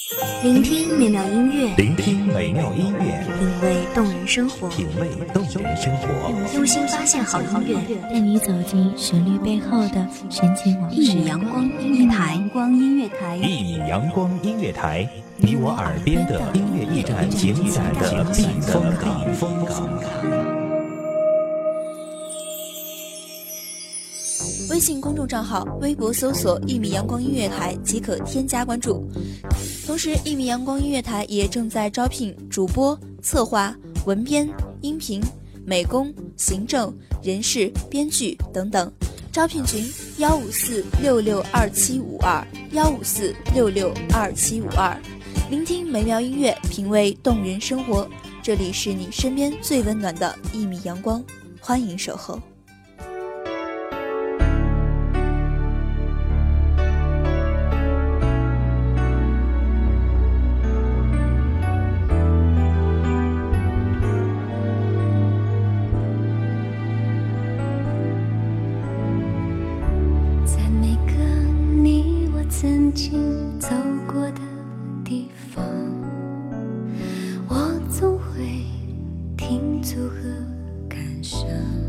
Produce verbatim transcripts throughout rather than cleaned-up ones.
聆听美妙音乐， 聆听美妙音乐， 品味动人生活， 品味动人生活， 用心发现好音乐， 带你走进旋律背后的深情往事。 一米阳光音乐台，光音乐台， 一米阳光音乐台，你我耳边的音乐驿站，情感的避风港，避风港。 微信公众账号、微博搜索“一米阳光音乐台”即可添加关注。同时，一米阳光音乐台也正在招聘主播、策划、文编、音频、美工、行政、人事、编剧等等。招聘群：幺五四六六二七五二幺五四六六二七五二。聆听美妙音乐，品味动人生活。这里是你身边最温暖的一米阳光，欢迎守候。 曾经走过的地方，我总会停足和感伤。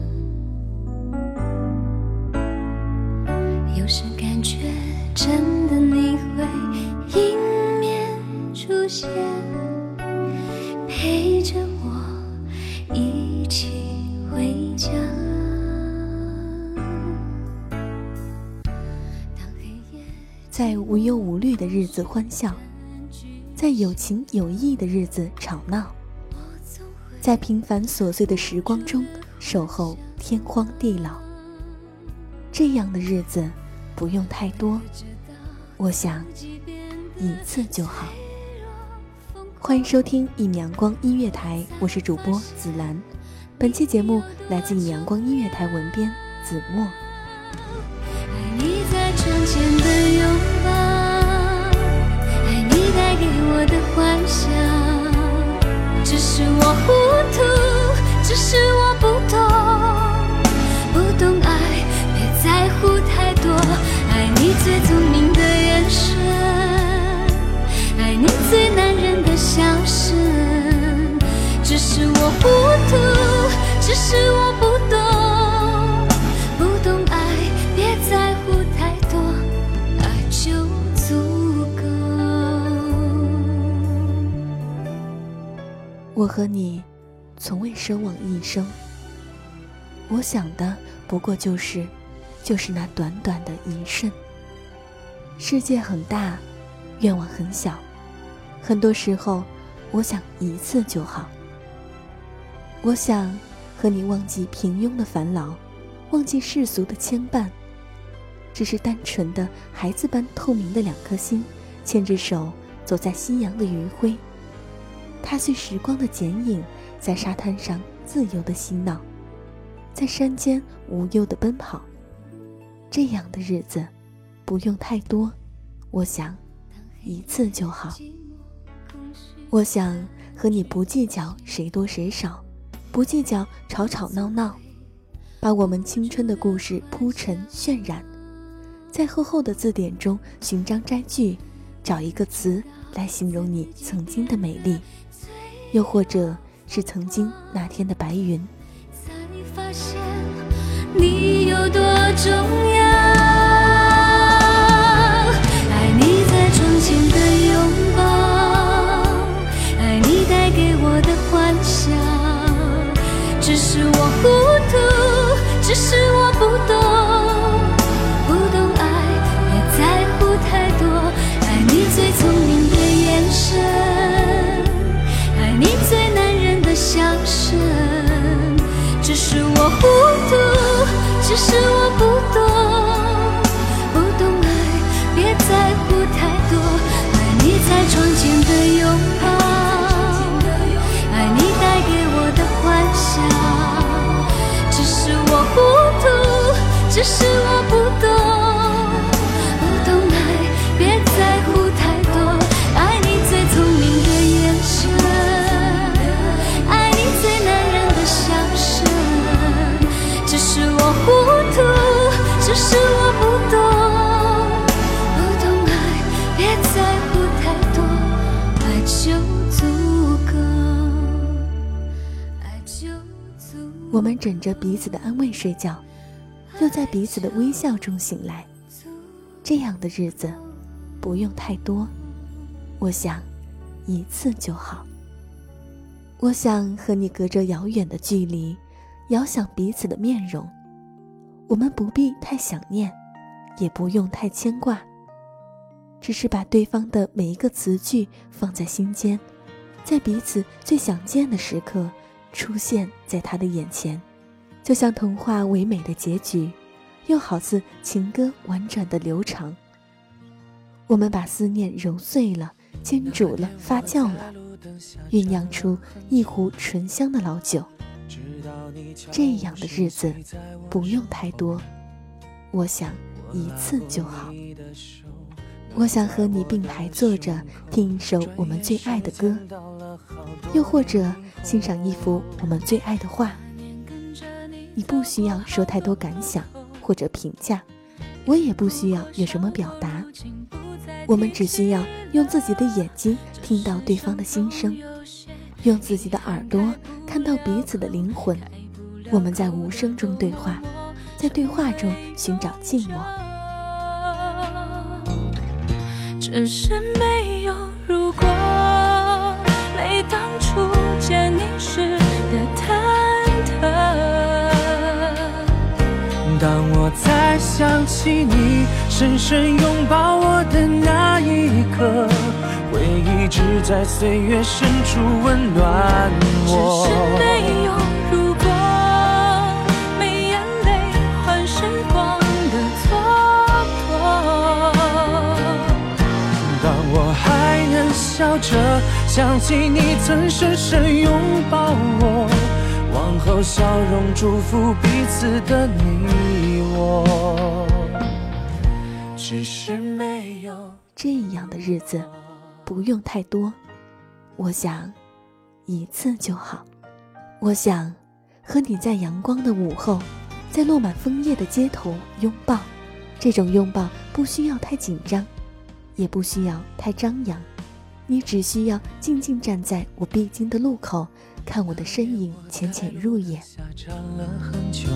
有时感觉真的你会迎面出现，陪着我一起回家。 在无忧无虑的日子欢笑，在有情有义的日子吵闹，在平凡琐碎的时光中守候天荒地老。这样的日子不用太多，我想一次就好。欢迎收听一米阳光音乐台，我是主播紫兰。本期节目来自一米阳光音乐台文编子墨。 你在窗前的拥抱，爱你带给我的幻想，只是我糊涂，只是我不懂，不懂爱，别在乎太多，爱你最聪明的眼神，爱你最男人的笑声，只是我糊涂，只是我不懂，不懂爱，别在乎太多，爱就足够。 我和你从未奢望一生，我想的不过就是就是那短短的一瞬。世界很大，愿望很小，很多时候我想一次就好。我想和你忘记平庸的烦恼，忘记世俗的牵绊，只是单纯的孩子般透明的两颗心，牵着手走在夕阳的余晖，踏碎时光的剪影，在沙滩上自由的嬉闹，在山间无忧的奔跑。这样的日子不用太多，我想一次就好。我想和你不计较谁多谁少，不计较吵吵闹闹，把我们青春的故事铺陈渲染，在厚厚的字典中寻章摘句，找一个词来形容你曾经的美丽，又或者是曾经那天的白云。 才发现你有多重要，爱你在窗前的拥抱，爱你带给我的幻想，只是我糊涂，只是我不懂，不懂爱，别在乎太多，爱你最聪明的眼神，爱你最男人的笑声，只是我糊涂，只是我不懂，不懂爱，别在乎太多，爱你在窗前的拥抱，爱你带给我的幻想，只是我糊涂，只是我不懂，不懂爱，别在乎太多，爱你最聪明的眼神，爱你最男人的笑声，只是我糊涂，只是我不懂，不懂爱，别在乎太多， 我们枕着彼此的安慰睡觉，又在彼此的微笑中醒来。这样的日子不用太多，我想一次就好。我想和你隔着遥远的距离，遥想彼此的面容。我们不必太想念，也不用太牵挂，只是把对方的每一个词句放在心间，在彼此最想见的时刻出现在他的眼前，就像童话唯美的结局，又好似情歌婉转的流长。我们把思念揉碎了，煎煮了，发酵了，酝酿出一壶醇香的老酒。这样的日子不用太多，我想一次就好。我想和你并排坐着，听一首我们最爱的歌，又或者欣赏一幅我们最爱的画。你不需要说太多感想或者评价，我也不需要有什么表达，我们只需要用自己的眼睛听到对方的心声，用自己的耳朵看到彼此的灵魂。我们在无声中对话，在对话中寻找静默。 只是没有如果，没当初见你时的忐忑。 当我再想起你深深拥抱我的那一刻，回忆只在岁月深处温暖我。 只是没有如果，没眼泪换时光的蹉跎。 当我还能笑着想起你曾深深拥抱我，往后笑容祝福彼此的你我。只是没有这样的日子不用太多，我想一次就好。我想和你在阳光的午后，在落满枫叶的街头拥抱。这种拥抱不需要太紧张，也不需要太张扬，你只需要静静站在我必经的路口，看我的身影浅浅入眼。 站了很久，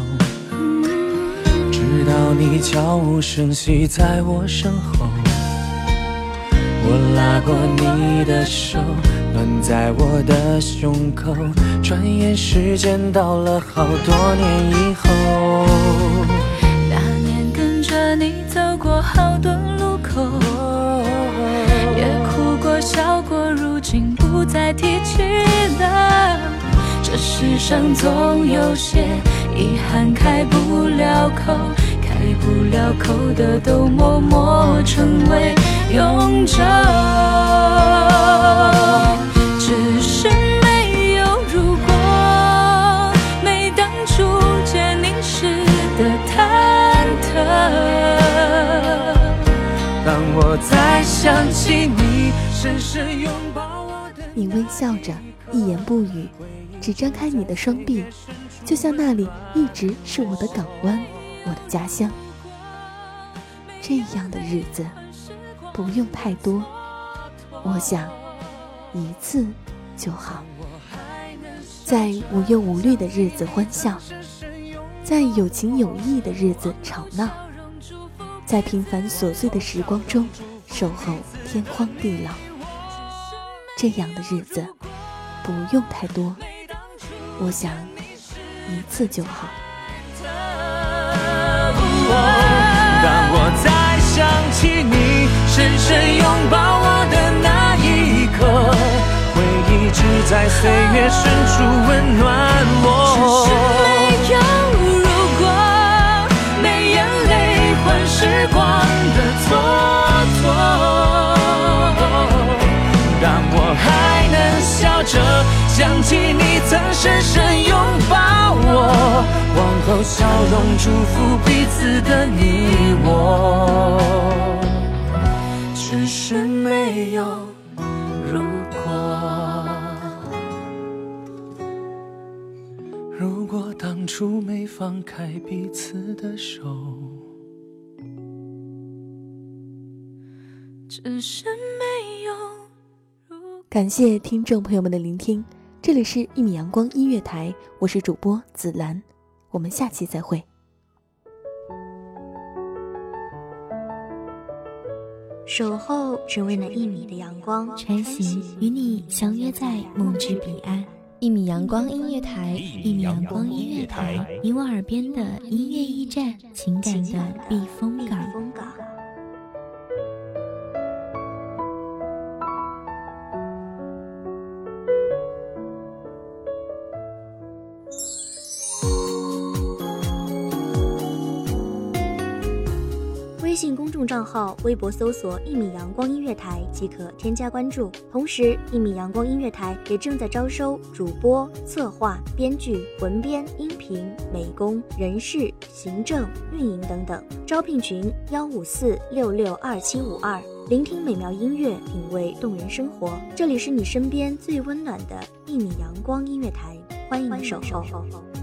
直到你悄无声息在我身后，我拉过你的手，暖在我的胸口。转眼时间到了好多年以后， 那年跟着你走过好多路口，也哭过笑过，如今不再提起了。这世上总有些遗憾开不了口，开不了口的都默默成为永久。只是没有如果，没当初见你时的忐忑。 当我再想起你深深拥抱我的， 你微笑着一言不语，只张开你的双臂，就像那里一直是我的港湾，我的家乡。这样的日子不用太多，我想一次就好。在无忧无虑的日子欢笑，在有情有义的日子吵闹，在平凡琐碎的时光中守候天荒地老。这样的日子不用太多，我想一次就好。 当我再想起你深深拥抱我的那一刻，回忆只在岁月深处温暖我。 只是没有如果，没眼泪换时光的蹉跎。 当我还能笑着想起你曾深深拥抱我，往后笑容祝福彼此的你我。只是没有如果，如果当初没放开彼此的手， 只是没有。 感谢听众朋友们的聆听， 这里是一米阳光音乐台，我是主播紫兰，我们下期再会。 守候只为那一米的阳光， 穿行与你相约在梦之彼岸。一米阳光音乐台，一米阳光音乐台，你我耳边的音乐驿站，情感的避风港。 微信公众账号、微博搜索“一米阳光音乐台”即可添加关注。同时，一米阳光音乐台也正在招收主播、策划、编剧、文编、音频、美工、人事、行政、运营等等。招聘群：幺五四六六二七五二。聆听美妙音乐，品味动人生活。这里是你身边最温暖的一米阳光音乐台，欢迎你守候。